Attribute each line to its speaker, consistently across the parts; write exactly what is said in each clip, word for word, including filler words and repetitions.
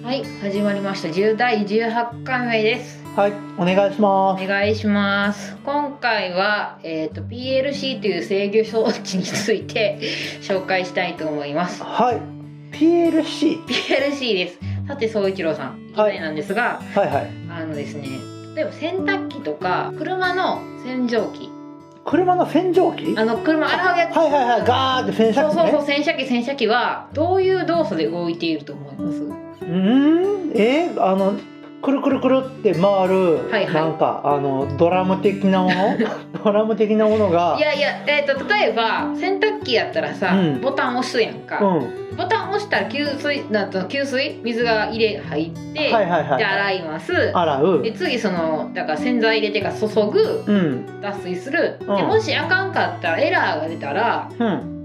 Speaker 1: はい、始まりました。じゅうだいじゅうはちかいめです。
Speaker 2: はい、お願いしま
Speaker 1: お
Speaker 2: す。
Speaker 1: 願いします。今回は、えーと、ピーエルシー という制御装置について紹介したいと思います。
Speaker 2: はい、ピーエルシー。
Speaker 1: ピーエルシー です。さて、総一郎さん、いきなりなんですが、
Speaker 2: はいはい。
Speaker 1: あのですね、例えば洗濯機とか車の洗浄機、
Speaker 2: 車の洗浄機？
Speaker 1: あの車洗うやつ、
Speaker 2: はいはいはい、ガーって洗車機ね。
Speaker 1: そうそうそう、洗車機洗車機はどういう動作で動いていると思います？
Speaker 2: うーん、えー、あのくるくるくるって回る、
Speaker 1: はいはい、
Speaker 2: なんかあのドラム的なものドラム的なものが、
Speaker 1: いやいや、えー、と例えば洗濯機やったらさ、うん、ボタン押すやんか、うん、ボタン押したら給水なんと給水水が入れ入って、はいはいはい、で洗います。
Speaker 2: 洗う。
Speaker 1: で次そのだから洗剤入れてから注ぐ、うん、脱水する、うん、でもしあかんかったらエラーが出たら、うん、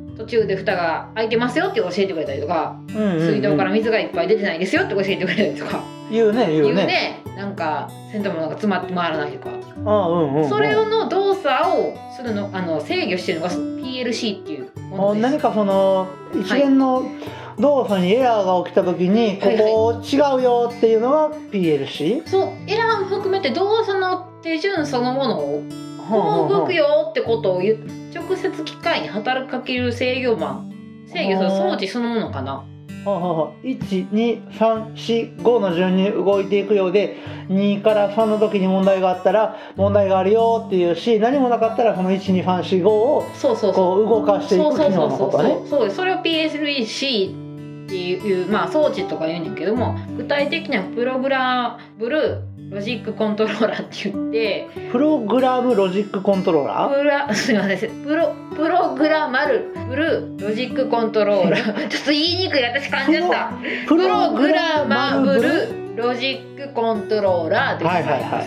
Speaker 1: 途中で蓋が開いてますよって教えてくれたりとか、うんうんうん、水道から水がいっぱい出てないですよって教えてくれたりとか
Speaker 2: 言うね言うね、言うね、
Speaker 1: なんか洗濯物が詰まって回らないとか、
Speaker 2: あ、うんうんうん、
Speaker 1: それの動作をするのあの制御してるのが ピーエルシー っていうものです。
Speaker 2: 何かその一連の動作にエラーが起きた時に、はい、ここ違うよっていうのが ピーエルシー？
Speaker 1: そう、エラーも含めて動作の手順そのものをこう動くよってことを言直接機械に働きかける制御板、制御する装置そのものかな。
Speaker 2: いち、に、さん、よん、ごの順に動いていくようで、にからさんの時に問題があったら問題があるよっていうし、何もなかったらこのいち、に、さん、よん、ごをこう動かしていく機能のことね。
Speaker 1: そうです。それを ピーエルシー っていう、まあ、装置とか言うねんけども、具体的にはプログラブルロジックコントローラーって言って、
Speaker 2: プログラムロジックコントローラー、
Speaker 1: プラすみません、プロプログラマルブルロジックコントローラーちょっと言いにくい、私噛んじゃった。プログラマブルロジックコントローラーでございます。はいはいはい、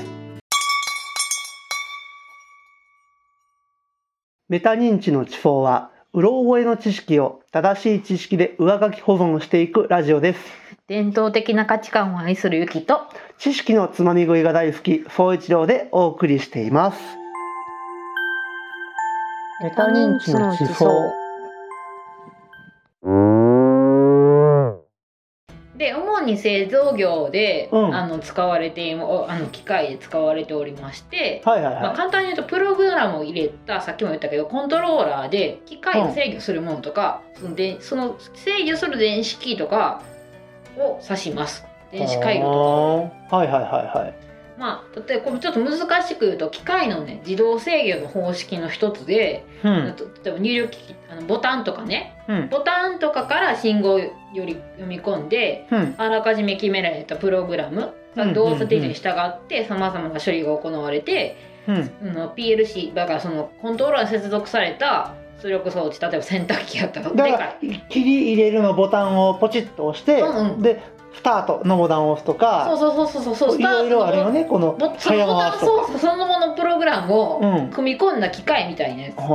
Speaker 2: メタ認知の地方はうろ覚えの知識を正しい知識で上書き保存していくラジオです。
Speaker 1: 伝統的な価値観を愛するゆきと
Speaker 2: 知識のつまみ食いが大好き総一郎でお送りしています。メタ認知の地方
Speaker 1: で、主に製造業で、うん、あの使われてあの機械で使われておりまして、はいはいはい、まあ、簡単に言うとプログラムを入れた、さっきも言ったけどコントローラーで機械を制御するものとか、うん、そのでその制御する電子キーとかを指します。電子回路とか。
Speaker 2: はいはいはいはい。
Speaker 1: まあ、例えばこれちょっと難しく言うと機械のね自動制御の方式の一つで、うん、例えば入力機器あのボタンとかね、うん、ボタンとかから信号をより読み込んで、うん、あらかじめ決められたプログラム、うん、動作手順に従ってさまざまな処理が行われて、うん、の ピーエルシー だからそのコントローラーに接続された出力装置、例えば洗濯機やったら
Speaker 2: でかい切り入れるのボタンをポチッと押して、うんうん、でスタートのボタンを押すとか、
Speaker 1: そうそうそうそうそう、
Speaker 2: いろいろあるよね、この
Speaker 1: 早回しとか、そうそのものプログラムを組み込んだ機械みたいなやつ、うん、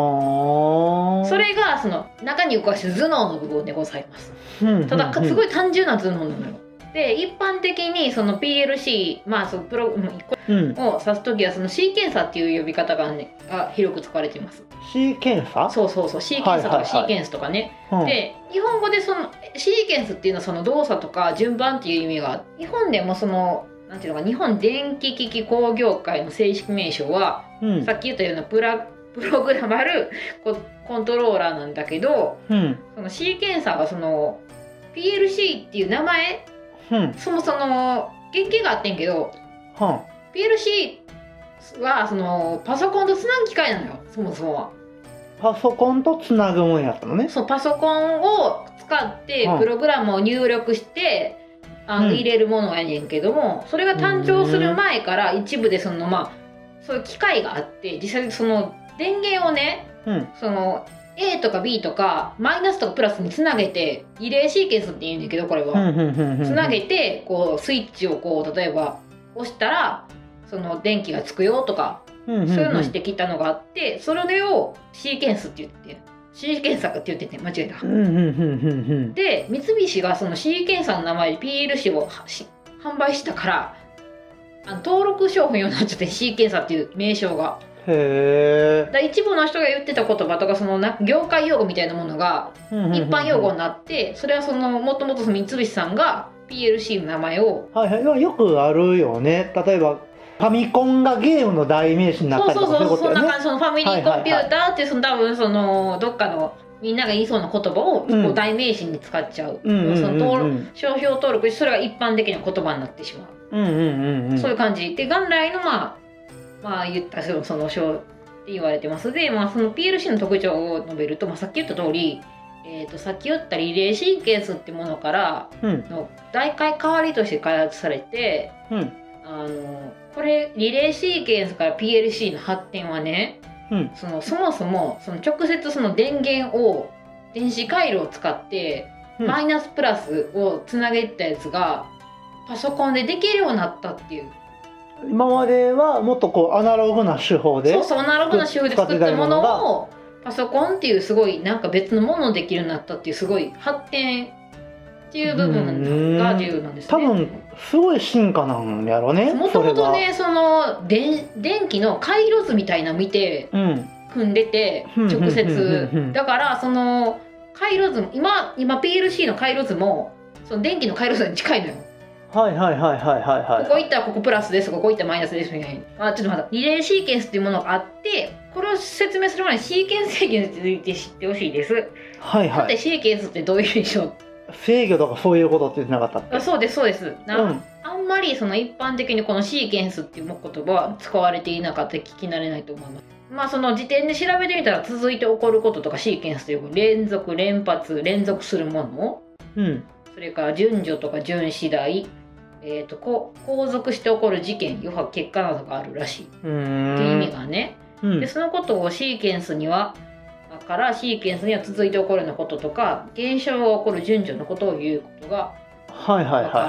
Speaker 1: それがその中に動かす頭脳の部分でございます、うん、ただすごい単純な頭脳なのよ。で一般的にその ピーエルシー、まあそのプロを指すときはそのシーケンサーっていう呼び方がねが広く使われています。
Speaker 2: シーケンサー？
Speaker 1: そうそうそう、シーケンサーとかシーケンスとかね、はいはいはい、で日本語でそのシーケンスっていうのはその動作とか順番っていう意味が、日本でもそのなんていうのか、日本電気機器工業会の正式名称は、うん、さっき言ったようなプラプログラマルコントローラーなんだけど、うん、そのシーケンサーはその ピーエルシー っていう名前、うん、そもそも原型があってんけど、うん、ピーエルシー はそのパソコンとつなぐ機械なのよ、そもそもは。
Speaker 2: パソコンとつなぐもんやったのね。
Speaker 1: そう、パソコンを使ってプログラムを入力して、うん、あの入れるものやねんけども、それが誕生する前から一部でそのまあそういう機械があって、実際その電源をね、うん、そのA とか B とかマイナスとかプラスにつなげて、リレーシーケンスって言うんだけど、これはつなげてこうスイッチをこう例えば押したらその電気がつくよとか、そういうのをしてきたのがあって、それをシーケンスって言ってシーケンサーって言ってて間違えた。で三菱がそのシーケンサーの名前で ピーエルシー を販売したから、あの登録商品用になっちゃって、シーケンサーっていう名称が。へだ一部の人が言ってた言葉とかそのな業界用語みたいなものが一般用語になって、それはそのもともと三菱さんがピーエルシー の名前を、
Speaker 2: はいはい、よくあるよね。例えばファミコンがゲームの代名詞になったりとか、
Speaker 1: そうそうそう、
Speaker 2: そういうことよね。
Speaker 1: そんな感じ。そのファミリーコンピューターっていうその多分そのどっかのみんなが言いそうな言葉をこう代名詞に使っちゃう、その登録商標登録してそれが一般的な言葉になってしまう、うんうんうんうん、そういう感じで元来のまあまあ言ったそのその商って言われてます。で、まあ、その ピーエルシー の特徴を述べると、まあ、さっき言った通り、えー、とさっき言ったリレーシーケンスってものからの代替代わりとして開発されて、うん、あのこれリレーシーケンスから ピーエルシー の発展はね、うん、そのそもそもその直接その電源を電子回路を使って、うん、マイナスプラスをつなげたやつがパソコンでできるようになったっていう。
Speaker 2: 今まではもっとこうアナログな手法で
Speaker 1: そうそうアナログな手法で作ったものをパソコンっていうすごいなんか別のものできるようになったっていうすごい発展っていう部分が重要なんですね。
Speaker 2: 多分すごい進化なんやろね。
Speaker 1: もともとねその電電気の回路図みたいなの見て、うん、組んでて直接だからその回路図今今 ピーエルシー の回路図もその電気の回路図に近いのよ。
Speaker 2: はいはいはいはいはいはい。
Speaker 1: ここ行ったらここプラスです、ここ行ったらマイナスですみたいな。あ、ちょっと待った。リレーシーケンスっていうものがあって、これを説明する前にシーケンス制御について知ってほしいです。
Speaker 2: はいはい。
Speaker 1: さてシーケンスってどういう意味でしょう。
Speaker 2: 制御とかそういうことって言ってなかったっけ。
Speaker 1: あ、そうですそうです。な、
Speaker 2: うん、
Speaker 1: あんまりその一般的にこのシーケンスっていう言葉は使われていなかった、聞き慣れないと思います。まあその時点で調べてみたら続いて起こることとかシーケンスという連続連発連続するもの、うん、それから順序とか順次第。えー、とこ後続して起こる事件、要は結果などがあるらしいっていう意味がね、うん、でそのことをシーケンスにはだからシーケンスには続いて起こるようなこととか現象が起こる順序のことを言うことが分かる、はいはいはい、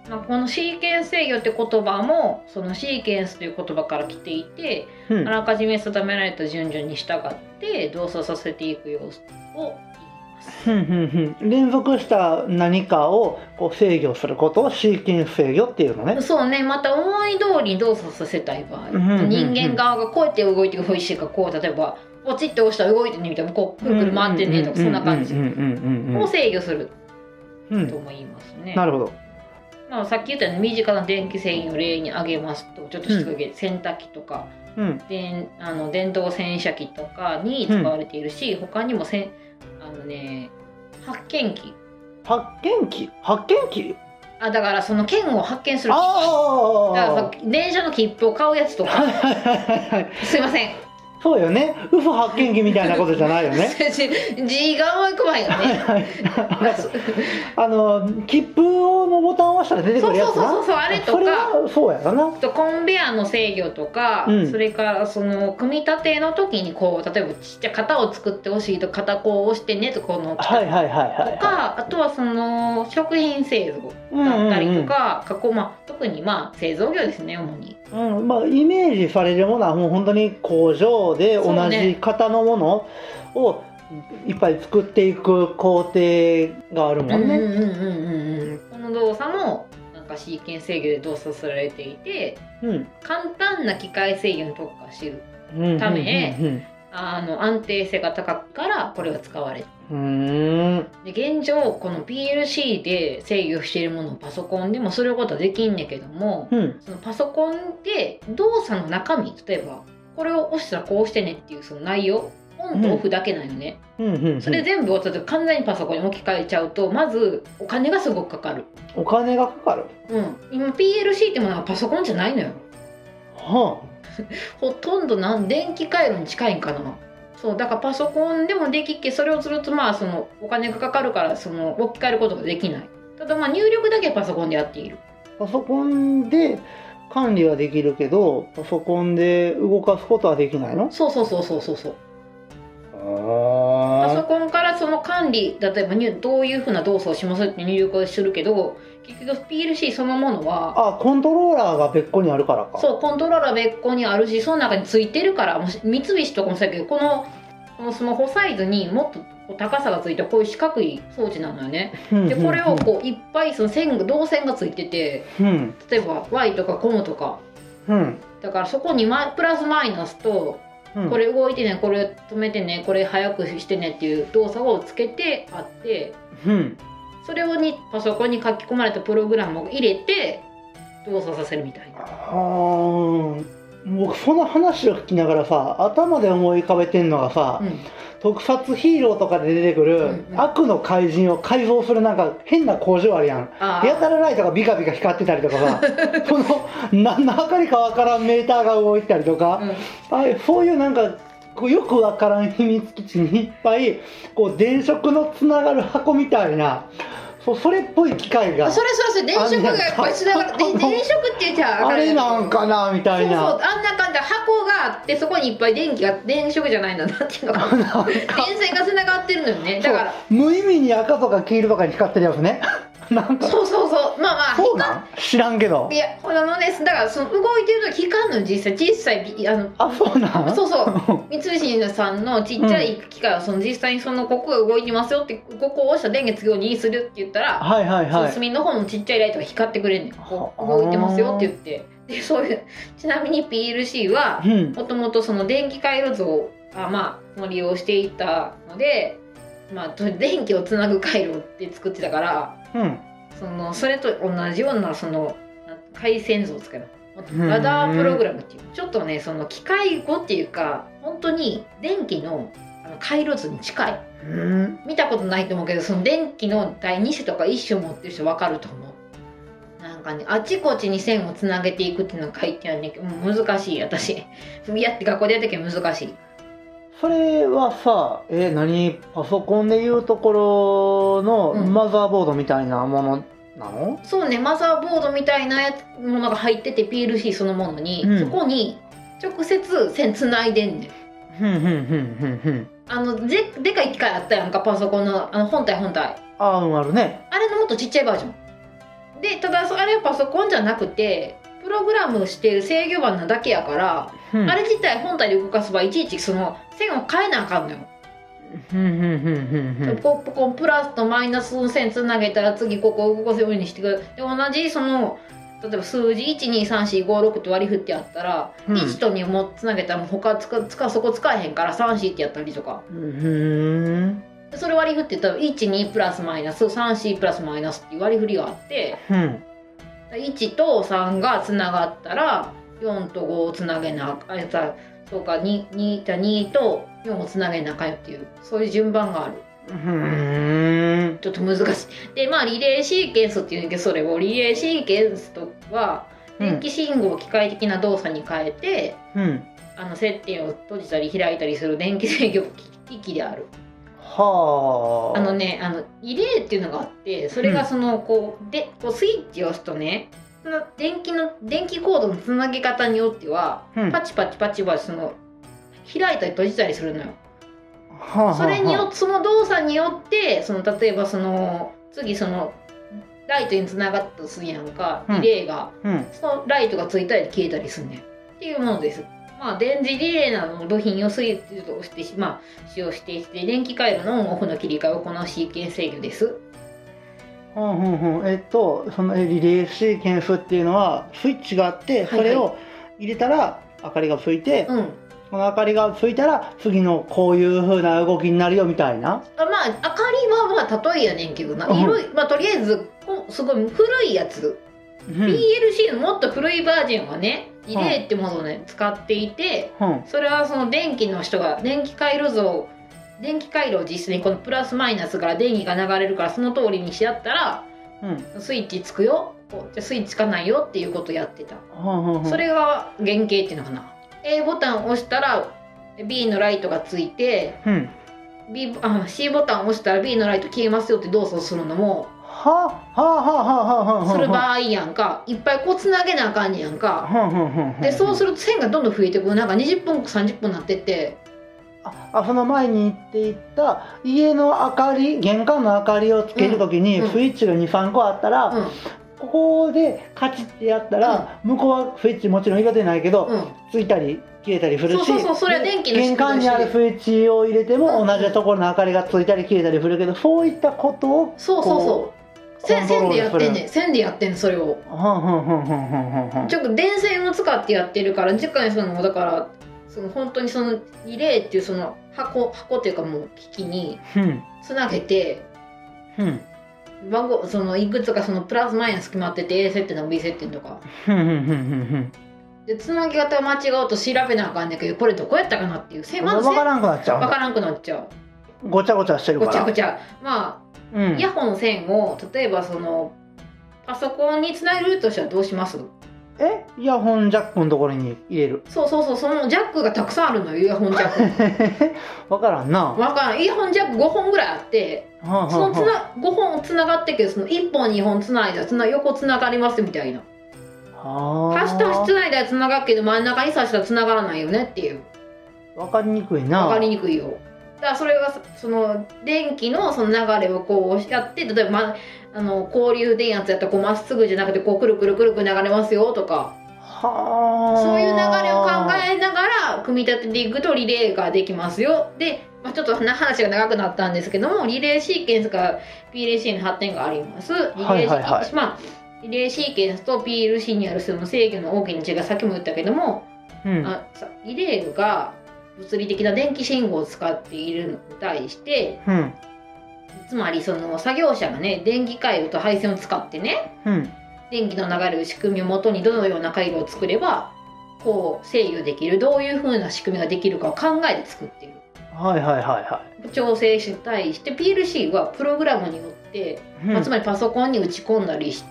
Speaker 1: まあ、このシーケンス制御って言葉もそのシーケンスという言葉から来ていて、うん、あらかじめ定められた順序に従って動作させていく様子を
Speaker 2: 連続した何かをこう制御することをシーケンス制御っていうのね。
Speaker 1: そうね。また思い通り動作させたい場合、人間側がこうやって動いてほしいか、こう例えばポチッて押したら動いてねみたいな、こうくるくる回ってねとかそんな感じを制御すると思いますね。
Speaker 2: なるほど。
Speaker 1: まあ、さっき言ったように身近な電気製品を例に挙げますと、ちょっとしただけ、うん、洗濯機とか、うん、電あの電動洗車機とかに使われているし、うん、他にもせんあのね、発見器
Speaker 2: 発見器発見器
Speaker 1: あ、だからその剣を発見する機器だから電車の切符を買うやつとかすいません
Speaker 2: そうよね。ウフ発見器みたいなことじゃないよね。
Speaker 1: 字が思い込まへんよね。
Speaker 2: あの切符のボタンを押したら出てくるやつな。
Speaker 1: そうそうそうそう、あれとか。
Speaker 2: それはそうやろな。
Speaker 1: とコンベヤーの制御とか、うん、それからその組み立ての時にこう例えばちっちゃい型を作ってほしいと型こう押してねとこの
Speaker 2: はいはいはいはい、
Speaker 1: とか、あとはその食品製造だったりとか、加工、まあ特にまあ製造業ですね主に。
Speaker 2: うん、まあイメージされるものはもう本当に工場で同じ型のものをいっぱい作っていく工程があるもんね。
Speaker 1: この動作もなんかシーケンス制御で動作されていて、うん、簡単な機械制御に特化しているため、あの安定性が高くからこれが使われる。うーんで現状この ピーエルシー で制御しているものをパソコンでもすることはできんねんけども、うん、そのパソコンで動作の中身、例えばこれを押したらこうしてねっていうその内容、オンとオフだけなのね、うんうんうんうん、それ全部を例えば完全にパソコンに置き換えちゃうとまずお金がすごくかかる。
Speaker 2: お金がかかる、
Speaker 1: うん、今 ピーエルシー ってものはパソコンじゃないのよ。はあほとんどなん電気回路に近いんかな。そうだからパソコンでもできっけ、それをするとまあそのお金がかかるからその置き換えることができない。ただまあ入力だけはパソコンでやっている。
Speaker 2: パソコンで管理はできるけどパソコンで動かすことはできないの？
Speaker 1: そうそうそうそうそうそう。パソコンからその管理、例えばどういうふうな動作をしますって入力をするけど、結局 ピーエルシー そのものは
Speaker 2: あコントローラーが別個にあるからか。
Speaker 1: そうコントローラー別個にあるし、その中についてるから、もし三菱とかもそうだけど、このこのスマホサイズにもっと高さがついてこういう四角い装置なのよね。でこれをこういっぱいその線が導線がついてて、うん、例えば Y とかコムとか、うん、だからそこにプラスマイナスと、うん、これ動いてね、これ止めてね、これ早くしてねっていう動作をつけてあって、うん、 それをにパソコンに書き込まれたプログラムを入れて動作させるみたいな。
Speaker 2: あ僕その話を聞きながらさ頭で思い浮かべてんのがさ、うん、特撮ヒーローとかで出てくる、うんうん、悪の怪人を改造するなんか変な工場あるやん。やたらライトがビカビカ光ってたりとかさその何の明かりかわからんメーターが動いてたりとか、うん、あそういうなんかこうよくわからん秘密基地にいっぱいこう電飾のつながる箱みたいなそ, それっぽい機械が
Speaker 1: それそれそれ電飾がやっぱりつながる電飾って言っちゃ
Speaker 2: あれなんかなみたいな。
Speaker 1: そうそうあんな感じで箱があってそこにいっぱい電気が電飾じゃないんだなんていうのかな電線がつながってるのよね。だから
Speaker 2: 無意味に赤とか黄色とかに光ってるやつねなんか
Speaker 1: そうそうそうまあまあ
Speaker 2: そうなん知らんけど
Speaker 1: いやこのねだからその動いてるの光るの実際実際あの
Speaker 2: あそうなん
Speaker 1: そうそう三菱さんのちっちゃい機械はその実際にそのここが動いてますよってここを押した電源つくようにするって言ったら
Speaker 2: はいはいはい
Speaker 1: 隅の方のちっちゃいライトが光ってくれんねんこう動いてますよって言ってでそういうちなみに ピーエルシー はもともとその電気回路図をあまあも利用していたのでまあ電気をつなぐ回路って作ってたから、うん、そのそれと同じようなその回線図を使うラダープログラムっていうちょっとねその機械語っていうか本当に電気の回路図に近い見たことないと思うけどその電気の第二種とか一種持ってる人分かると思う。なんかねあちこちに線をつなげていくっていうのが書いてあるんだけど難しい私やって学校でやったけど難しい。
Speaker 2: それはさえ何パソコンでいうところのマザーボードみたいなものなの？
Speaker 1: うん、そうねマザーボードみたいなやつものが入ってて ピーエルシー そのものに、うん、そこに直接線つないでんねん。
Speaker 2: ふんふんふんふんふん
Speaker 1: あのででかい機械あったやんかパソコンのあの本体本体
Speaker 2: ああ、うん、あるね。
Speaker 1: あれのもっとちっちゃいバージョンでただあれはパソコンじゃなくてプログラムしてる制御盤なだけやから、うん、あれ自体本体で動かす場合いちいちその線を変えなあかんのよ。こここプラスとマイナスの線つなげたら次ここを動かすようにしてくるで同じその例えば数字いちにさんしごろくって割り振ってあったら、うん、いちとにもつなげたらもう他つかつかそこ使えへんからさんしってやったりとか、うん、それ割り振って言ったらいちにプラスマイナスさんしプラスマイナスっていう割り振りがあって、うん、いちとさんがつながったらよんとごをつなげなあたそうか 2, 2, 2とよんをつなげなあかんよっていうそういう順番がある。うーんちょっと難しい。でまあリレーシーケンスっていうんだけどそれをリレーシーケンスとは電気信号を機械的な動作に変えて、うん、あの接点を閉じたり開いたりする電気制御機器である。はあ。あのねあのリレーっていうのがあってそれがそのこうでこうスイッチを押すとねその電気の電気コードのつなげ方によっては、うん、パチパチパチパチその開いたり閉じたりするのよ。はあはあ、それによってその動作によってその例えばその次そのライトにつながったとするやんか、うん、リレーが、うん、そのライトがついたり消えたりすんねんっていうものです。まあ電磁リレーなどの部品をスイッチとして、まあ、使用していて電気回路のオンオフの切り替えを行うシーケンス制御です。
Speaker 2: うんうんうん、えっとそのリレーシーケンスっていうのはスイッチがあってそれを入れたら明かりがついて、はいはい、うんこの明かりがついたら次のこういう風な動きになるよみたいな。
Speaker 1: あまあ明かりはまあ例えやねんけどな、うん、まあとりあえずすごい古いやつ、うん、ピーエルシー のもっと古いバージョンはねリレーってものをね、うん、使っていて、うん、それはその電気の人が電気回路図を電気回路を実際にこのプラスマイナスから電気が流れるからその通りにしちゃったら、うん、スイッチつくよじゃスイッチつかないよっていうことをやってた、うん、それが原型っていうのかな。A ボタンを押したら B のライトがついて、うん、B あ C ボタンを押したら B のライト消えますよって動作をするのもはあはあはあはあはあする場合やんかいっぱいこうつなげなあかんやんかでそうすると線がどんどん増えてくるなんかにじゅっぷんさんじゅっぷんになってって
Speaker 2: あその前に言っていた家の明かり玄関の明かりをつけるときにスイッチがにさんこあったら、うんうんここでカチッてやったら、うん、向こうはスイッチもちろん入れてないけど、うん、ついたり消えたりするし、
Speaker 1: そうそうそうそれは電気の
Speaker 2: 玄関にあるスイッチを入れても同じところの明かりがついたり消えたりするけど、そういったことを
Speaker 1: そうそうそう線でやってんねん線でやってんそれをちょっと電線を使ってやってるから次回そのだからその本当にそのリレーっていうその箱箱っていうかもう機器につなげて、うんうん番号そのいくつかそのプラスマイナス決まってて A 接点とか B 接点とかでつなぎ方を間違うと調べなあかんねんけどこれどこやったかなっていう
Speaker 2: まず分からんくなっちゃう
Speaker 1: 分からんくなっちゃ
Speaker 2: うごちゃごちゃしてるから
Speaker 1: ごちゃごちゃまあ、うん、イヤホン線を例えばそのパソコンにつなげるとしたらどうします？
Speaker 2: えイヤホンジャックのところに入れる。
Speaker 1: そうそうそうそのジャックがたくさんあるのよイヤホンジャック
Speaker 2: 分からんな
Speaker 1: 分からんイヤホンジャックごほんぐらいあってそのつなごほんつながってるけどそのいっぽんにほんつないだらつな横つながりますみたいな端と端つないだらつながるけど真ん中に刺したらつながらないよねっていう
Speaker 2: 分かりにくいな
Speaker 1: 分かりにくいよだからそれがその電気のその流れをこうやって例えば、ま、あの交流電圧やったらこうまっすぐじゃなくてこうくるくるくるくる流れますよとかはそういう流れを考えながら組み立てていくとリレーができますよで、まあ、ちょっと話が長くなったんですけどもリレーシーケンスから ピーエルシー の発展がありますリレーシーケンス、はいはいはい、まあ、リレーシーケンスと ピーエルシー にあるその制御の大きな違いさっきも言ったけども、うん、あリレーが物理的な電気信号を使っているのに対して、うん、つまりその作業者がね電気回路と配線を使ってね、うん、電気の流れる仕組みをもとにどのような回路を作ればこう制御できるどういう風な仕組みができるかを考えて作っている。
Speaker 2: はいはいはいはい。
Speaker 1: 調整に対して ピーエルシー はプログラムによって、うん、まあ、つまりパソコンに打ち込んだりして、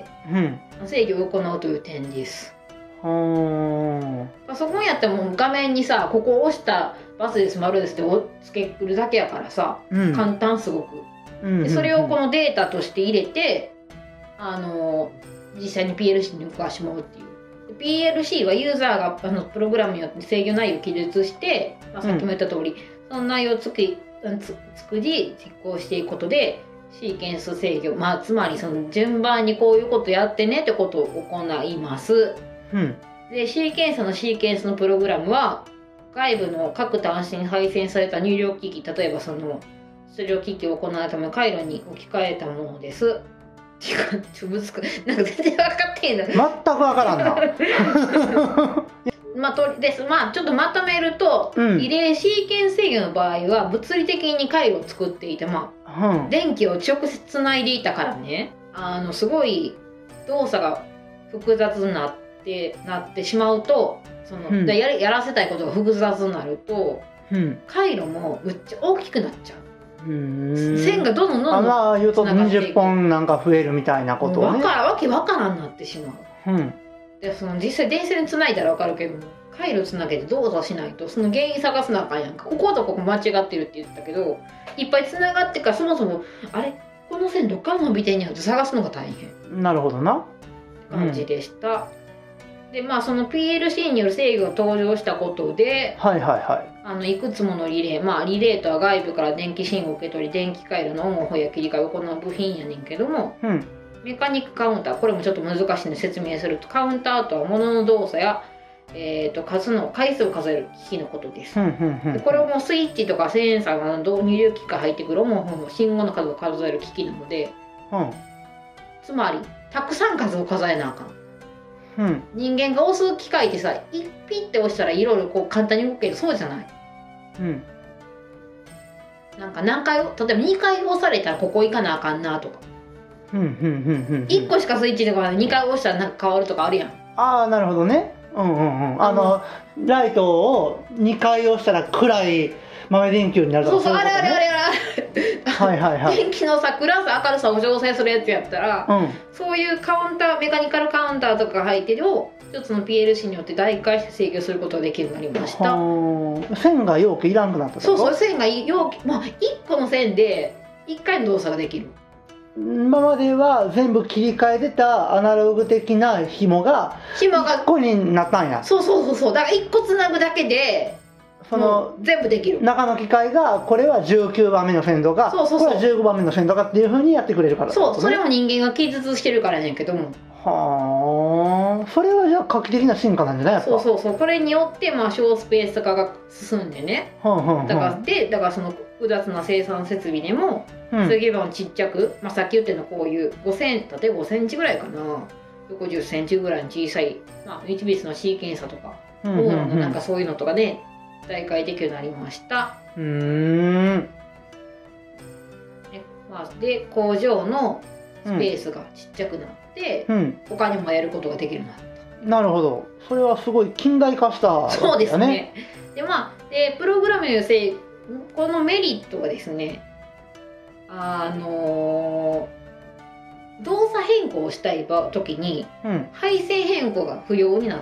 Speaker 1: うん、制御を行うという点です。パソコンやっても画面にさここを押したバツです丸ですって押つけるだけやからさ、うん、簡単すごく、うんうんうん、でそれをこのデータとして入れてあの実際に ピーエルシー に動かしてもらうっていう ピーエルシー はユーザーがあのプログラムによって制御内容を記述して、まあ、さっきも言った通り、うん、その内容をつくつ作り実行していくことでシーケンス制御、まあ、つまりその順番にこういうことやってねってことを行います。うん、でシーケンスのシーケンスのプログラムは外部の各端子に配線された入力機器例えばその出力機器を行うための回路に置き換えたものです。違うちょっと難しいなんか全然分かってへんの全く
Speaker 2: 分からんな
Speaker 1: まあ、とですまあちょっとまとめると、うん、リレーシーケンス制御の場合は物理的に回路を作っていて、まあうん、電気を直接つないでいたからねあのすごい動作が複雑になってってなってしまうとその、うん、や, やらせたいことが複雑になると、うん、回路もむっちゃ大きくなっちゃう。うーん線がどんどんどんどん
Speaker 2: まあ言うとにじゅっぽんなんか増えるみたいなことをね。
Speaker 1: わからわけわからんなってしまう。うん、でその実際電線につないだらわかるけども回路つなげて動作しないとその原因探すなあかんやんか。こことここ間違ってるって言ったけどいっぱいつながってからそもそもあれこの線どっから伸びてんやんって探すのが大変。
Speaker 2: なるほどな。
Speaker 1: 感じでした。うん、でまあその ピーエルシー による制御が登場したことで、
Speaker 2: はいはいはい、
Speaker 1: あのいくつものリレー、まあリレーとは外部から電気信号を受け取り電気回路のオンオフや切り替えを行う部品やねんけども、うん、メカニックカウンターこれもちょっと難しいので説明するとカウンターとは物の動作や、えー、と数の回数を数える機器のことです。うんうんうん、でこれをもうスイッチとかセンサーの入力機が入ってくるオンオフの信号の数を数える機器なので、うん、つまりたくさん数を数えなあかん。うん、人間が押す機械ってさピッて押したらいろいろこう簡単に動くけどそうじゃない、うん、なんか何回例えばにかい押されたらここ行かなあかんなとか、うんうんうんうん、いっこしかスイッチとかにかい押したらなんか変わるとかあるやん。
Speaker 2: ああなるほどね。うんうんうん。あのライトをにかい押したら暗い豆電球になるとか
Speaker 1: そうそう、あれあれあれあれ
Speaker 2: はいはいはい、
Speaker 1: 電気のさ暗さ明るさを調整するやつやったら、うん、そういうカウンターメカニカルカウンターとかが入ってるを一つの ピーエルシー によって代替して制御することができるようになりました。
Speaker 2: 線が容器いらんくなったってこと？
Speaker 1: そうそう線が容器まあいっこの線でいっかいの動作ができる。
Speaker 2: 今までは全部切り替えてたアナログ的な紐が紐がいっこになったんや。
Speaker 1: そうそうそうそうだからいっこつなぐだけでその全部できる
Speaker 2: 中の機械がこれはじゅうきゅうばんめの線とかそうそうそうこれはじゅうごばんめの線とかっていう風にやってくれるから、ね、
Speaker 1: そうそれも人間が記述してるからねんけども
Speaker 2: はあそれはじゃあ画期的な進化なんじゃないやっぱ。
Speaker 1: そうそうそうこれによってまあ小スペース化が進んでね、はあはあ、だからでだからその複雑な生産設備でも水分をちっちゃく、まあ、さっき言ってのこういうごセン例えばごセンチぐらいかな横じゅっセンチぐらいの小さい、まあ、いちビスのシーケンサーとか、うんうんうん、なんかそういうのとかね代替できるようになりました。うーん、ね、ままあ、で工場のスペースがちっちゃくなって、
Speaker 2: うん、
Speaker 1: 他にもやることができるようになった。
Speaker 2: なるほど。それはすごい近代化したわけだね。
Speaker 1: そうですね。でまあでプログラムのせいこのメリットはですね、あのー、動作変更をしたい時に、
Speaker 2: うん、
Speaker 1: 配線変更が不要になって、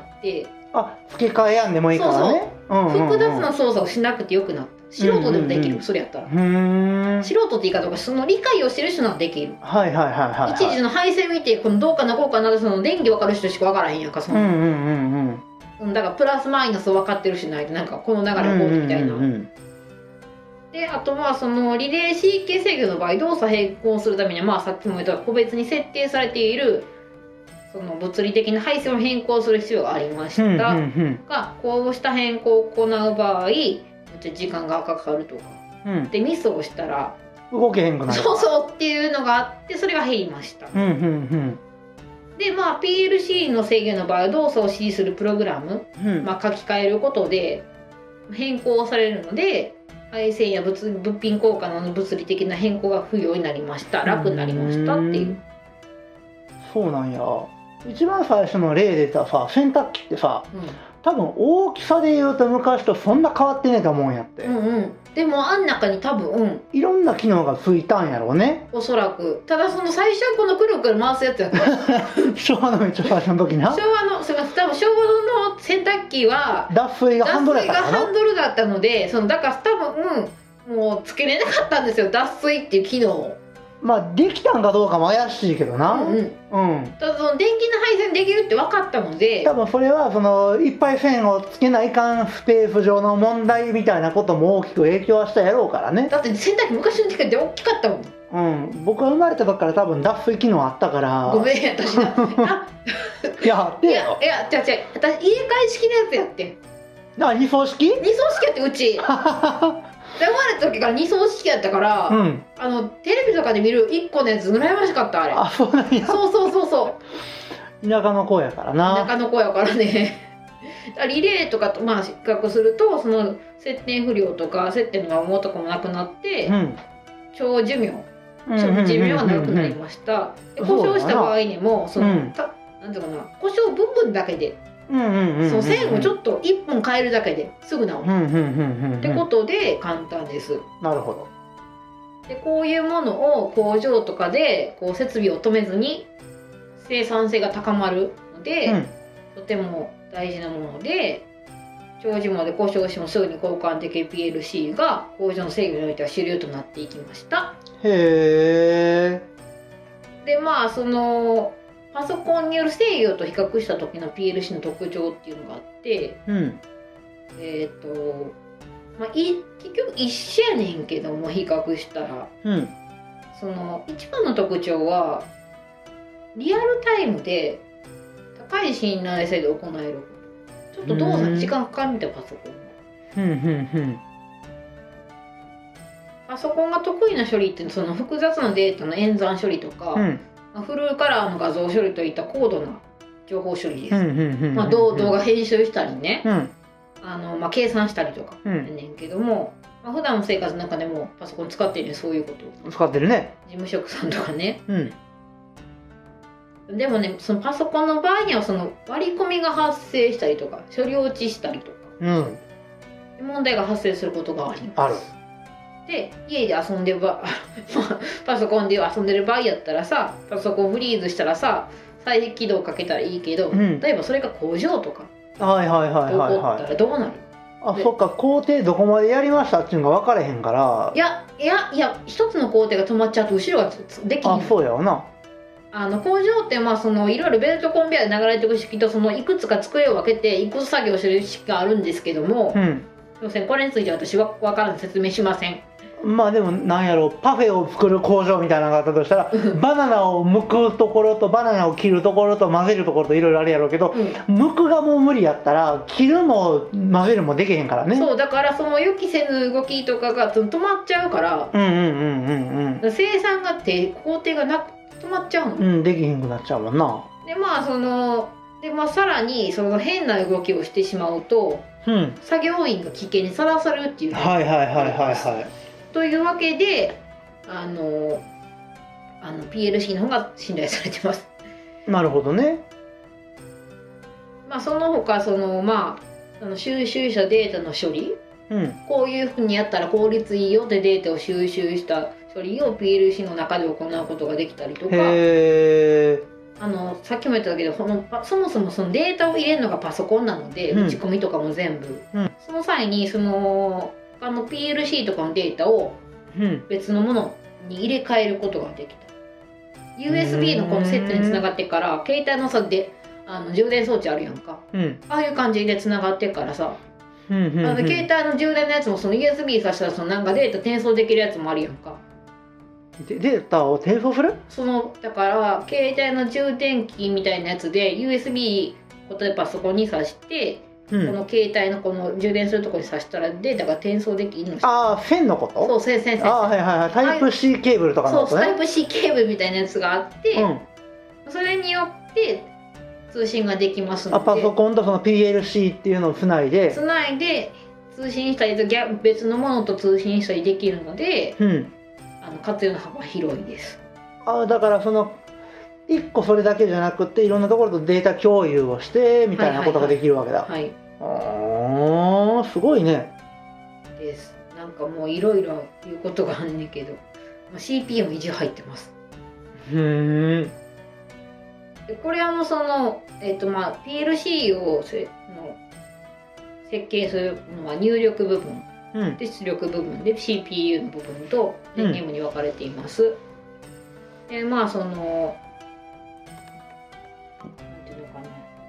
Speaker 2: あ、付け替えやんでもいいからね。
Speaker 1: そうそう、複雑な操作をしなくてよくなった。素人でもできる、うんうん、それやったら。
Speaker 2: うん
Speaker 1: 素人って言い方がその理解をしてる人ならできる。
Speaker 2: はいはいはいはい、はい、
Speaker 1: 一時の配線見てこのどうかなこうかなその電気分かる人しか分からへんやんかその、
Speaker 2: うんうんうん
Speaker 1: うん、だからプラスマイナスを分かってる人ないとなんかこの流れをこうみたいな、
Speaker 2: うんうんうんうん、
Speaker 1: であとはそのリレーシーケ制御の場合動作変更するためには、まあ、さっきも言った個別に設定されているその物理的な配線を変更する必要がありました、うんうんうん、がこうした変更を行う場合めっちゃ時間がかかるとか、うん、でミスをしたら
Speaker 2: 動けへんくなる。
Speaker 1: そうそうっていうのがあってそれが減りました、
Speaker 2: うんうんうん、
Speaker 1: でまあ ピーエルシー の制御の場合は動作を指示するプログラム、うん、まあ、書き換えることで変更されるので配線や 物, 物品交換の物理的な変更が不要になりました。楽になりましたっていう。
Speaker 2: そうなんや。一番最初の例で言ったらさ洗濯機ってさ、うん、多分大きさで言うと昔とそんな変わってねえと思うんやって、
Speaker 1: うんうん、でもあん中に多分、うん、
Speaker 2: いろんな機能がついたんやろうね、
Speaker 1: おそらく。ただその最初はこのくるくる回すやつやった
Speaker 2: 昭和のめっちゃ最初の時な、
Speaker 1: 昭和のそれ多分昭和の洗濯機は
Speaker 2: 脱水がハンドルだった
Speaker 1: 脱水がハンドルだったのでそのだから多分、うん、もうつけれなかったんですよ脱水っていう機能を。
Speaker 2: まあできたんかどうかも怪しいけどな、うん、うん、
Speaker 1: ただその電気の配線できるって分かったので
Speaker 2: 多分それはそのいっぱい線をつけないかんスペース上の問題みたいなことも大きく影響はしたやろうからね。
Speaker 1: だって洗濯機昔の時って大きかったもん。
Speaker 2: うん、僕が生まれた時から多分脱水機能あったから。
Speaker 1: ごめん私なあ
Speaker 2: いやで
Speaker 1: いやいやじゃあじゃあ私入れ替え式のやつやって
Speaker 2: あ二層式
Speaker 1: 二層式やってうち生まれた時から二層式やったから、うん、あのテレビとかで見るいっこのやつ羨ましかったあれ。
Speaker 2: あそうなんや。
Speaker 1: そうそうそうそう
Speaker 2: 田舎の子やからな。
Speaker 1: 田舎の子やからねリレーとかとまあ比較するとその接点不良とか接点のもとかもなくなって、うん、長寿命長寿命は長くなりました。で故障した場合にもその、うん、たなんていうかな故障部分だけでそう線をちょっといっぽん変えるだけですぐ治るってことで簡単です。
Speaker 2: なるほど。
Speaker 1: でこういうものを工場とかでこう設備を止めずに生産性が高まるので、うん、とても大事なもので長寿命で故障してもすぐに交換できる ピーエルシー が工場の制御においては主流となっていきました。
Speaker 2: へー。
Speaker 1: でまあそのパソコンによる制御と比較した時の ピーエルシー の特徴っていうのがあって、うん、えっ、ー、と、まあ、い結局一緒やねんけども比較したら、うん、その一番の特徴はリアルタイムで高い信頼性で行えるちょっと動作に時間かかるみたいなパソコン、うんうんうん、パソコンが得意な処理ってその複雑なデータの演算処理とか、うんフルカラーの画像処理といった高度な情報処理です。動画編集したりね、うん、あのまあ、計算したりとかやねんけども、まあ、普段の生活の中でもパソコン使ってるねそういうこと
Speaker 2: 使ってるね
Speaker 1: 事務職さんとかね、うん、でもねそのパソコンの場合にはその割り込みが発生したりとか処理落ちしたりとか、うん、問題が発生することがあります。あるで家で遊んでる場パソコンで遊んでる場合やったらさパソコンフリーズしたらさ再起動かけたらいいけど、うん、例えばそれが工場とか
Speaker 2: はいはいはいはい
Speaker 1: 起こったらどうなる？
Speaker 2: あそっか工程どこまでやりましたっていうのが分からへんから
Speaker 1: いやいやいや一つの工程が止まっちゃうと後ろができひん。
Speaker 2: あそうやわな。
Speaker 1: あの工場ってまあそのいろいろベルトコンベヤーで流れていく式とそのいくつか机を分けていくつ作業する式があるんですけども、うん、要するにこれについて私は分からず説明しません。
Speaker 2: まあでもなんやろパフェを作る工場みたいなのがあったとしたらバナナを剥くところとバナナを切るところと混ぜるところといろいろあるやろうけど、うん、剥くがもう無理やったら切るも混ぜるもできへんからね。
Speaker 1: そうだからその予期せぬ動きとかが止まっちゃうから
Speaker 2: うんうんうんうんうん
Speaker 1: 生産がって工程がなく止まっちゃうの、
Speaker 2: うん、できへんくなっちゃうもんな。
Speaker 1: でまあそのでまあさらにその変な動きをしてしまうと、うん、作業員が危険にさらされるっていう
Speaker 2: はいはいはいはいはい
Speaker 1: というわけであのあの ピーエルシー の方が信頼されてます。
Speaker 2: なるほどね。
Speaker 1: まあその他そのまああの収集したデータの処理、
Speaker 2: うん、
Speaker 1: こういうふうにやったら効率いいよってデータを収集した処理を ピーエルシー の中で行うことができたりとか、
Speaker 2: へ
Speaker 1: あのさっきも言ったけどそのそもそもそのデータを入れるのがパソコンなので、
Speaker 2: うん、
Speaker 1: 打ち込みとかも全部、
Speaker 2: うん、
Speaker 1: その際にその他の ピーエルシー とかのデータを別のものに入れ替えることができた。ユーエスビー のこのセットにつながってから携帯のさであの充電装置あるやんか、
Speaker 2: うん、
Speaker 1: ああいう感じでつながってからさ、
Speaker 2: うんうんうん、
Speaker 1: あの携帯の充電のやつもその ユーエスビー さしたらそのなんかデータ転送できるやつもあるやんか。
Speaker 2: データを転送する？
Speaker 1: そのだから携帯の充電器みたいなやつで ユーエスビー 例えばパソコンに挿して、うん、この携帯のこの充電するところに挿したらデータが転送できるの。
Speaker 2: ああ線のこと？
Speaker 1: そう線線線。
Speaker 2: ああはいはいはい、タイプ C ケーブルとかのことね。
Speaker 1: そうタイプ C ケーブルみたいなやつがあって、うん、それによって通信ができますので、
Speaker 2: あパソコンとその ピーエルシー っていうのをつないで
Speaker 1: つないで通信したり別のものと通信したりできるので、うん、あの活用の幅は広いです。
Speaker 2: あだからそのいっこそれだけじゃなくていろんなところとデータ共有をしてみたいなことができるわけだ。
Speaker 1: はい、はい
Speaker 2: はい、あすごいね。
Speaker 1: です。なんかもういろいろ言うことがあんねんけど シーピーユー も一応入ってます。
Speaker 2: ふーん。
Speaker 1: これはもうその、えーとまあ、ピーエルシー をせの設計するのは入力部分、うん、で出力部分で シーピーユー の部分と電源部に分かれています。うん、でまあそのなんていうのか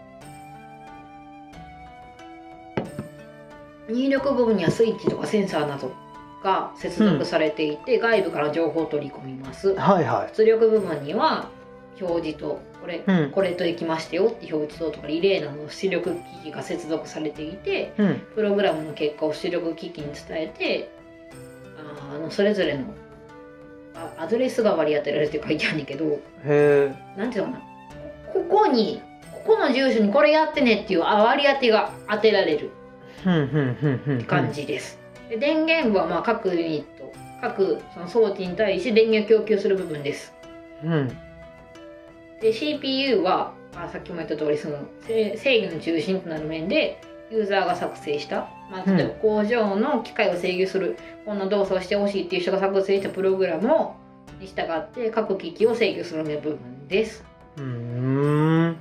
Speaker 1: な、入力部分にはスイッチとかセンサーなどが接続されていて、うん、外部から情報を取り込みます。
Speaker 2: はいはい、
Speaker 1: 出力部分には表示とこれ、うん、これといきましたよって表示ととかリレーなどの出力機器が接続されていて、うん、プログラムの結果を出力機器に伝えて、ああのそれぞれのあアドレスが割り当てられるって書いてあるんだけど、
Speaker 2: へ
Speaker 1: なんていうのかな、ここにここの住所にこれやってねっていう割り当てが当てられるって感じです。で電源部はまあ各ユニット各その装置に対して電源を供給する部分です。うんで シーピーユー は、まあ、さっきも言った通りその制御の中心となる面でユーザーが作成した、まあ、例えば工場の機械を制御する、うん、こんな動作をしてほしいっていう人が作成したプログラムをに従って各機器を制御する部分です。うーん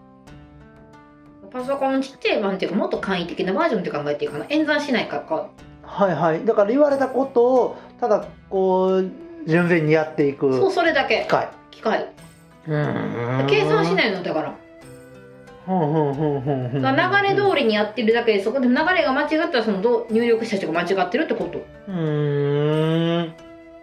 Speaker 1: パソコンのちっちゃい版っていうかもっと簡易的なバージョンって考えていいかな。演算しないかか
Speaker 2: はいはいだから言われたことをただこう順々にやっていく
Speaker 1: そうそれだけ
Speaker 2: 機械
Speaker 1: 機械うん計算しないのだから流れ通りにやってるだけでそこで流れが間違ったらそのど入力した人が間違ってるってこと。うーんま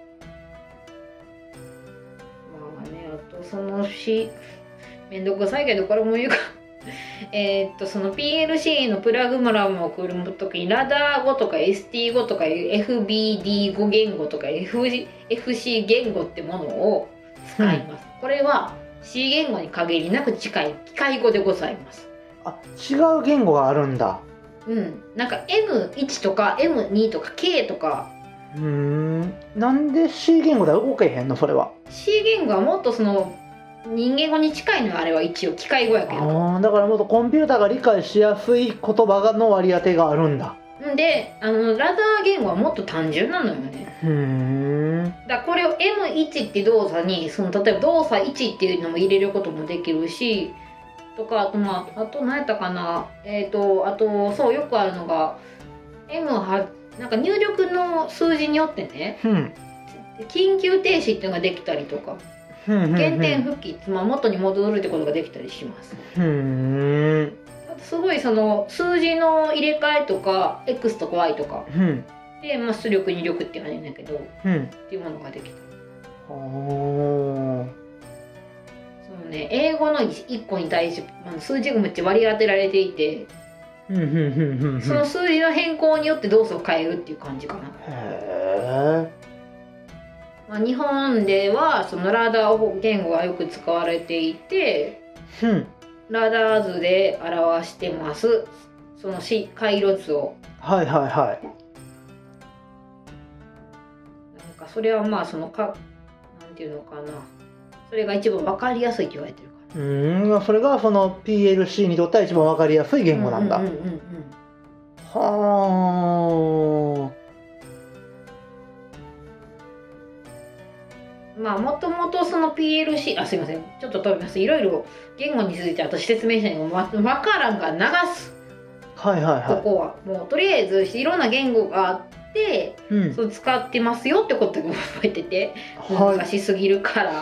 Speaker 1: あねあとそのしめんどくさいけどこれも言うかえっとその ピーエルシー のプラグラムを送るときにラダー語とか エスティー 語とか エフビーディー 語言語とか エフシー 言語ってものを使います。うん、これは C 言語に限りなく近い機械語でございます。
Speaker 2: あ、違う言語があるんだ。
Speaker 1: うん、なんか エムワン とか エムツー とか K とか。
Speaker 2: うーん、なんで C 言語で動けへんのそれは。
Speaker 1: C 言語はもっとその人間語に近いのよあれは一応機械語やけど。
Speaker 2: ああ、だからもっとコンピューターが理解しやすい言葉の割り当てがあるんだ。
Speaker 1: で、あのラダー言語はもっと単純なのよね。ふーん。だからこれを エムワン って動作にその例えば動作いちっていうのも入れることもできるし、とかあとまああと何やったかなえっ、ー、とあとそうよくあるのが エムはちなんか入力の数字によってね、うん、緊急停止っていうのができたりとか。原点復帰、まあ、元に戻るってことができたりします。ふーんすごいその数字の入れ替えとか X とか Y とか、うん、で、まあ、出力入力って感じなんだけど、うん、っていうものができた。そのね英語のいっこに対して数字がめっちゃ割り当てられていて、その数字の変更によって動作を変えるっていう感じかな。へーまあ、日本ではそのラダー言語がよく使われていて、うん、ラダー図で表してますその回路図を。はいはいはい。なんかそれはまあそのかなんていうのかなそれが一番分かりやすいって言われてるから。
Speaker 2: うーん、それがその ピーエルシー にとっては一番分かりやすい言語なんだ。
Speaker 1: うんうんうんうん、
Speaker 2: は
Speaker 1: あ。まあもともとその ピーエルシー、あ、すいません、ちょっと飛びます。いろいろ言語について私説明したのにも分からんが流す。
Speaker 2: はいはいはい。
Speaker 1: ここはもうとりあえずいろんな言語があって、うん、そう使ってますよってことが覚えてて、難しすぎるから。はい、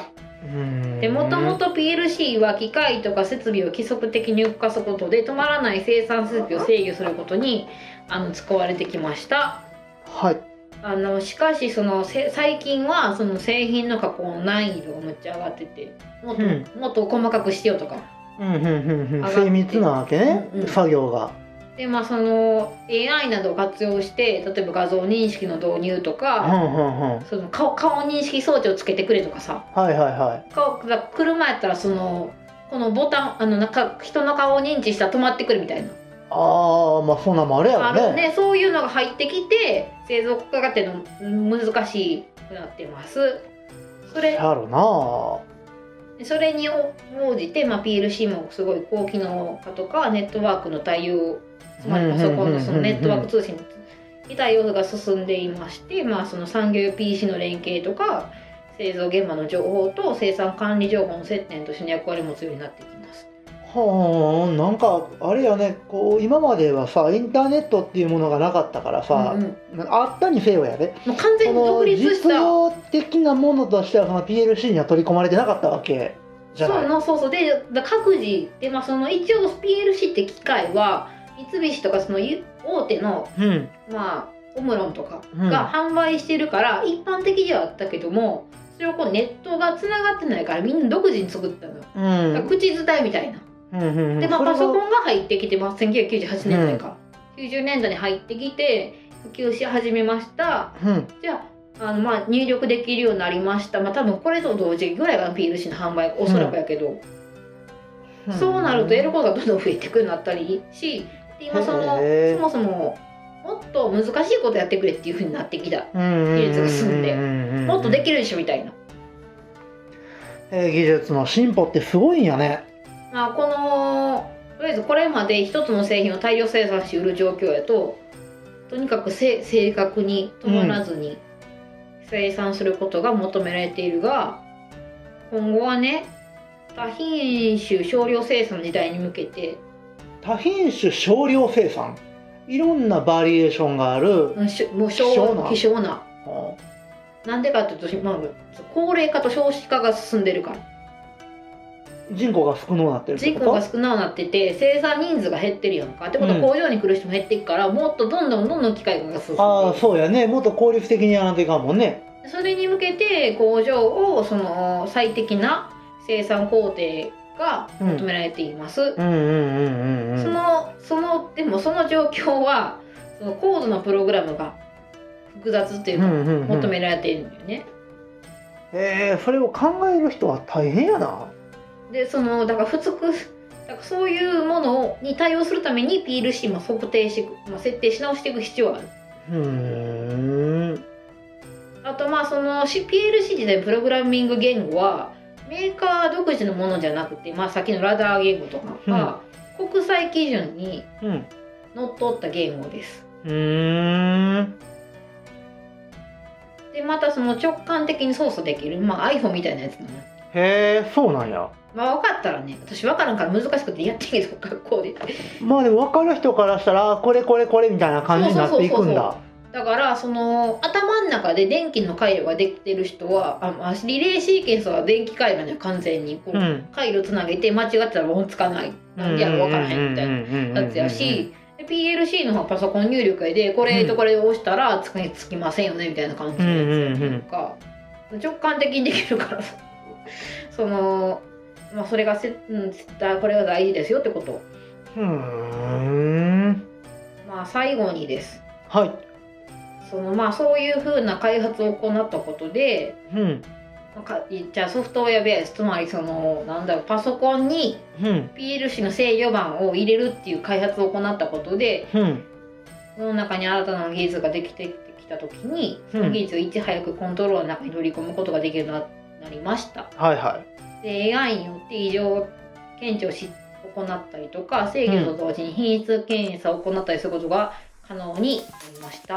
Speaker 1: でもともと ピーエルシー は機械とか設備を規則的に動かすことで止まらない生産設備を制御することにあの使われてきました。
Speaker 2: はい。
Speaker 1: あのしかしその最近はその製品の加工の難易度がむっちゃ上がってて、もっと、うん、もっと細かくしてよとか、
Speaker 2: うんうんうんうん、精密なわけね、うんうん、作業が。
Speaker 1: でまあその エーアイ などを活用して例えば画像認識の導入とか、うんうんうん、その 顔, 顔認識装置をつけてくれとかさ、
Speaker 2: はいはいはい、
Speaker 1: 顔車やったらそのこのボタンあのなんか人の顔を認知したら止まってくるみたいな。
Speaker 2: ああ、まあそんなもあれやろね。
Speaker 1: あるね、そういうのが入ってきて製造過程の難しくなってます。それ
Speaker 2: やろな。
Speaker 1: それに応じて、まあ、ピーエルシー もすごい高機能化とかネットワークの対応、つまりパソコンのそのネットワーク通信に対応が進んでいまして、まあ、その産業用 ピーシー の連携とか製造現場の情報と生産管理情報の接点としての役割を持つようになってきます。
Speaker 2: はあ、なんかあれやね、こう今まではさインターネットっていうものがなかったからさ、うんうん、あったにせよやで、
Speaker 1: もう完全に独立した
Speaker 2: 実用的なものとしてはその ピーエルシー には取り込まれてなかったわけじゃない。
Speaker 1: そうそうそうで各自で、まあ、その一応 ピーエルシー って機械は三菱とかその大手の、うん、まあオムロンとかが販売してるから、うん、一般的ではあったけどもそれをこうネットがつながってないからみんな独自に作ったの、うん、だから口伝えみたいな。うんうんうん、でまあ、パソコンが入ってきて、まあ、せんきゅうひゃくきゅうじゅうはちねんだいか、うん、きゅうじゅうねんだいに入ってきて普及し始めました、うん、じゃあ、あのまあ入力できるようになりました。まあ多分これと同時ぐらいが ピーエルシー の販売おそらくやけど、うん、そうなるとやることがどんどん増えてくるようになったりし、で今そのそもそももっと難しいことやってくれっていう風になってきた技術が進んで、もっとできるでしょみたいな、
Speaker 2: えー、技術の進歩ってすごいんやね。
Speaker 1: まあ、このとりあえずこれまで一つの製品を大量生産し売る状況やととにかくせ正確に止まらずに生産することが求められているが、うん、今後はね多品種少量生産の時代に向けて
Speaker 2: 多品種少量生産いろんなバリエーションがある、
Speaker 1: うん、しもう希少な希少な、はあ、なんでかっていうと、まあ、高齢化と少子化が進んでるから。
Speaker 2: 人口が少なくなってるってこと？
Speaker 1: 人口が少なくなってて生産人数が減ってるやんかってことは工場に来る人も減っていくから、うん、もっとどんどんどんどん機械が進んで、
Speaker 2: ああそうやね、もっと効率的にやらないといかんもんね。
Speaker 1: それに向けて工場をその最適な生産工程が求められています。そのそのでもその状況はその高度なプログラムが複雑っていうか求められているんだよね。
Speaker 2: えー、それを考える人は大変やな。
Speaker 1: でそのだから不足だからそういうものに対応するために ピーエルシー も測定していく、まあ、設定し直していく必要がある。うーんあとまあその ピーエルシー 自体プログラミング言語はメーカー独自のものじゃなくて、まあ、さっきのラダー言語とかが国際基準にのっとった言語です。うーんでまたその直感的に操作できる、まあ、iPhone みたいなやつなの。
Speaker 2: へえ、そうなんや。
Speaker 1: まあ分かったらね、私分からんから難しくてやってんけど学校で。
Speaker 2: まあでも分かる人からしたらこれこれこれみたいな感じになっていくんだ。
Speaker 1: だからその頭の中で電気の回路ができてる人はあリレーシーケンスは電気回路には完全にこう、うん、回路つなげて間違ってたらもうつかない、なんでやろ分からへんみたいなやつやし、ピーエルシー の方はパソコン入力でこれとこれを押したらつきつきませんよねみたいな感じのやつやとか、直感的にできるからその、まあ、それがせ、うん、これが大事ですよってこと。うーんまあ最後にです。はい。そのまあそういうふうな開発を行ったことで、うん、じゃあソフトウェアベースつまりそのなんだろうパソコンに ピーエルシー の制御盤を入れるっていう開発を行ったことで、うん、世の中に新たな技術ができてきた時にその技術をいち早くコントローラーの中に取り込むことができるようにななりました。
Speaker 2: はいはい。
Speaker 1: で エーアイ によって異常検知をし行ったりとか、制御と同時に品質検査を行ったりすることが可能になりました。
Speaker 2: う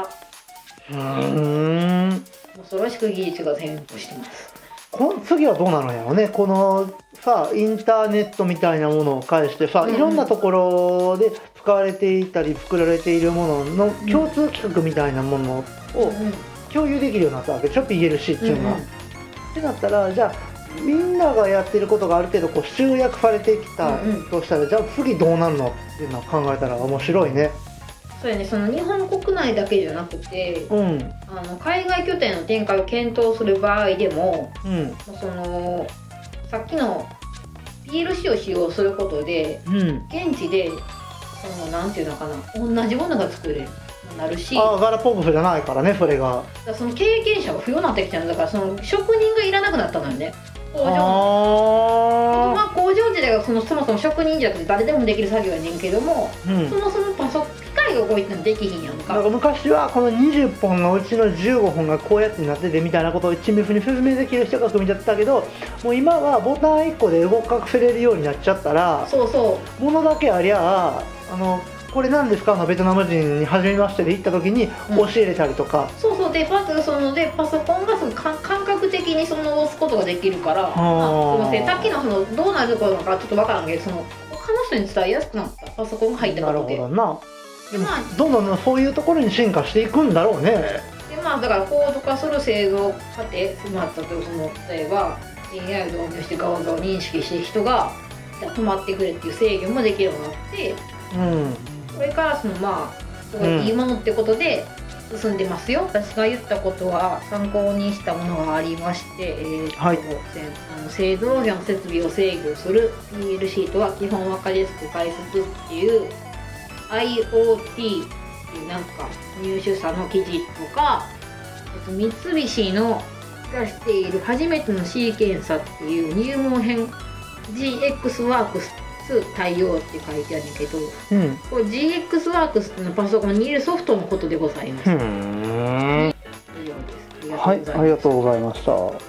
Speaker 2: ーん、
Speaker 1: 恐ろしく技術が進歩してます。
Speaker 2: この次はどうなのやろうね。このさインターネットみたいなものを介してさ、うんうん、いろんなところで使われていたり作られているものの共通規格みたいなものを共有できるようになったわけ。ちょっと ピーエルシー っていうのが、うんうん、ってなったら、じゃあみんながやってることがある程度こう集約されてきたとしたら、うんうん、じゃあ次どうなるのっていうのを考えたら面白いね。
Speaker 1: そうやね、その日本国内だけじゃなくて、
Speaker 2: うん、
Speaker 1: あの海外拠点の展開を検討する場合でも、
Speaker 2: うん、
Speaker 1: そのさっきの ピーエルシー を使用することで、
Speaker 2: うん、
Speaker 1: 現地でそのなんていうのかな、同じものが作れるなるし、
Speaker 2: あガラポゴスじゃないからね、それが。
Speaker 1: だその経験者が不要になってきちゃうんだから、その職人がいらなくなったのよね。工場
Speaker 2: あ、
Speaker 1: まあ、工場自体がそのそもそも職人じゃなくて誰でもできる作業やねんけども、うん、そもそもパソ機械が動いてもできひんやんか。
Speaker 2: だから昔はこのにじゅっぽんのうちのじゅうごほんがこうやってなっててみたいなことを緻密に説明できる人が組み立てたけど、もう今はボタンいっこで動かせれるようになっちゃったら、
Speaker 1: そうそう
Speaker 2: ものだけありゃあのこれ何ですかのベトナム人に初めましてで行った時に教えれたりとか、
Speaker 1: うん、そうそうでパスそのでパソコンがその感覚的にその押すことができるから、あすいません、さっきのそのどうなるところかちょっと分からんけど、その他の人に伝えやすくなったパソコンが入ったことで。
Speaker 2: なるほどな。でも、まあ、どんどんそういうところに進化していくんだろうね。
Speaker 1: でまあだから高度化する製造過程、まあ、例えばその例えば エーアイ を導入して画像を認識して人が止まってくれっていう制御もできるようになって、
Speaker 2: うん、
Speaker 1: これからそのまあすごいいいものってことで進んでますよ、うん、私が言ったことは参考にしたものがありまして、えーとはい、あの製造業の設備を制御する ピーエルシー とは基本分かりやすく解説っていう アイオーティー っていうなんか入手者の記事とか、えっと、三菱の出している初めてのシーケンサっていう入門編 ジーエックス ワークス対応って書いてあるんだけど、
Speaker 2: うん、
Speaker 1: これ ジーエックス ワークスっていうのはパソコンに入れるソフトのことでございます。
Speaker 2: うん、
Speaker 1: 以上です。
Speaker 2: はい、ありがとうございました。